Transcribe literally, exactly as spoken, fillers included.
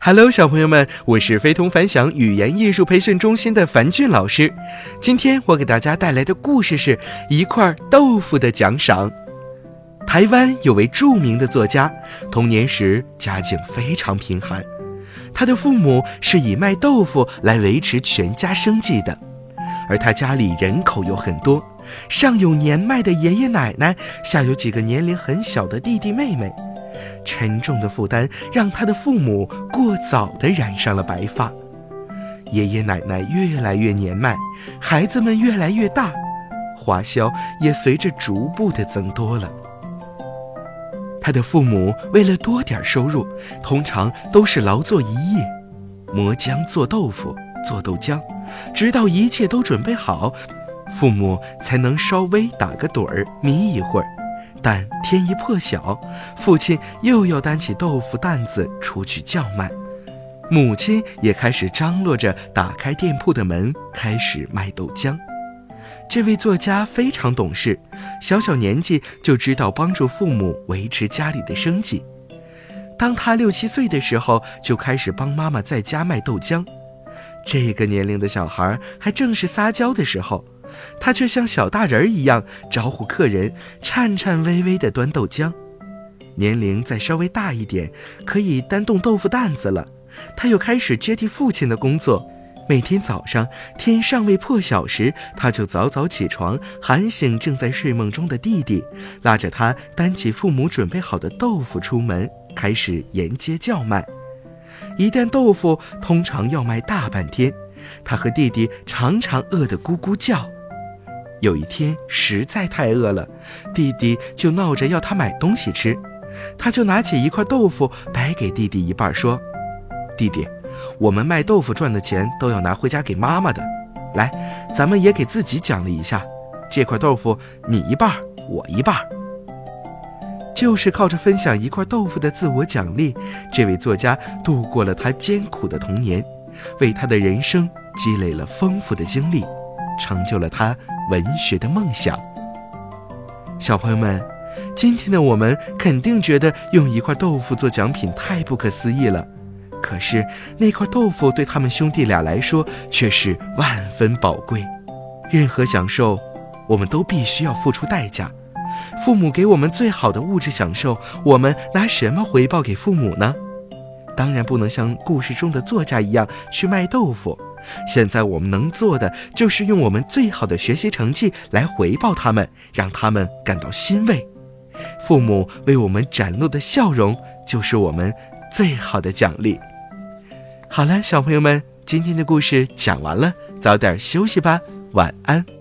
Hello， 小朋友们，我是非同凡响语言艺术培训中心的樊俊老师。今天我给大家带来的故事是一块豆腐的奖赏。台湾有位著名的作家，童年时家境非常贫寒，他的父母是以卖豆腐来维持全家生计的，而他家里人口又很多，上有年迈的爷爷奶奶，下有几个年龄很小的弟弟妹妹。沉重的负担让他的父母过早地染上了白发，爷爷奶奶越来越年迈，孩子们越来越大，花销也随着逐步地增多了。他的父母为了多点收入，通常都是劳作一夜，磨浆做豆腐，做豆浆，直到一切都准备好，父母才能稍微打个盹儿眯一会儿。但天一破晓，父亲又要担起豆腐担子出去叫卖，母亲也开始张罗着打开店铺的门，开始卖豆浆。这位作家非常懂事，小小年纪就知道帮助父母维持家里的生计。当他六七岁的时候，就开始帮妈妈在家卖豆浆。这个年龄的小孩还正是撒娇的时候，他却像小大人一样招呼客人，颤颤巍巍地端豆浆。年龄再稍微大一点，可以担动豆腐担子了，他又开始接替父亲的工作。每天早上天尚未破晓时，他就早早起床，喊醒正在睡梦中的弟弟，拉着他担起父母准备好的豆腐出门，开始沿街叫卖。一担豆腐通常要卖大半天，他和弟弟常常饿得咕咕叫。有一天实在太饿了，弟弟就闹着要他买东西吃，他就拿起一块豆腐掰给弟弟一半，说：弟弟，我们卖豆腐赚的钱都要拿回家给妈妈的，来，咱们也给自己奖励一下，这块豆腐你一半我一半。就是靠着分享一块豆腐的自我奖励，这位作家度过了他艰苦的童年，为他的人生积累了丰富的经历，成就了他文学的梦想。小朋友们，今天的我们肯定觉得用一块豆腐做奖品太不可思议了，可是那块豆腐对他们兄弟俩来说却是万分宝贵。任何享受我们都必须要付出代价，父母给我们最好的物质享受，我们拿什么回报给父母呢？当然不能像故事中的作家一样去卖豆腐，现在我们能做的就是用我们最好的学习成绩来回报他们，让他们感到欣慰。父母为我们展露的笑容就是我们最好的奖励。好了，小朋友们，今天的故事讲完了，早点休息吧，晚安。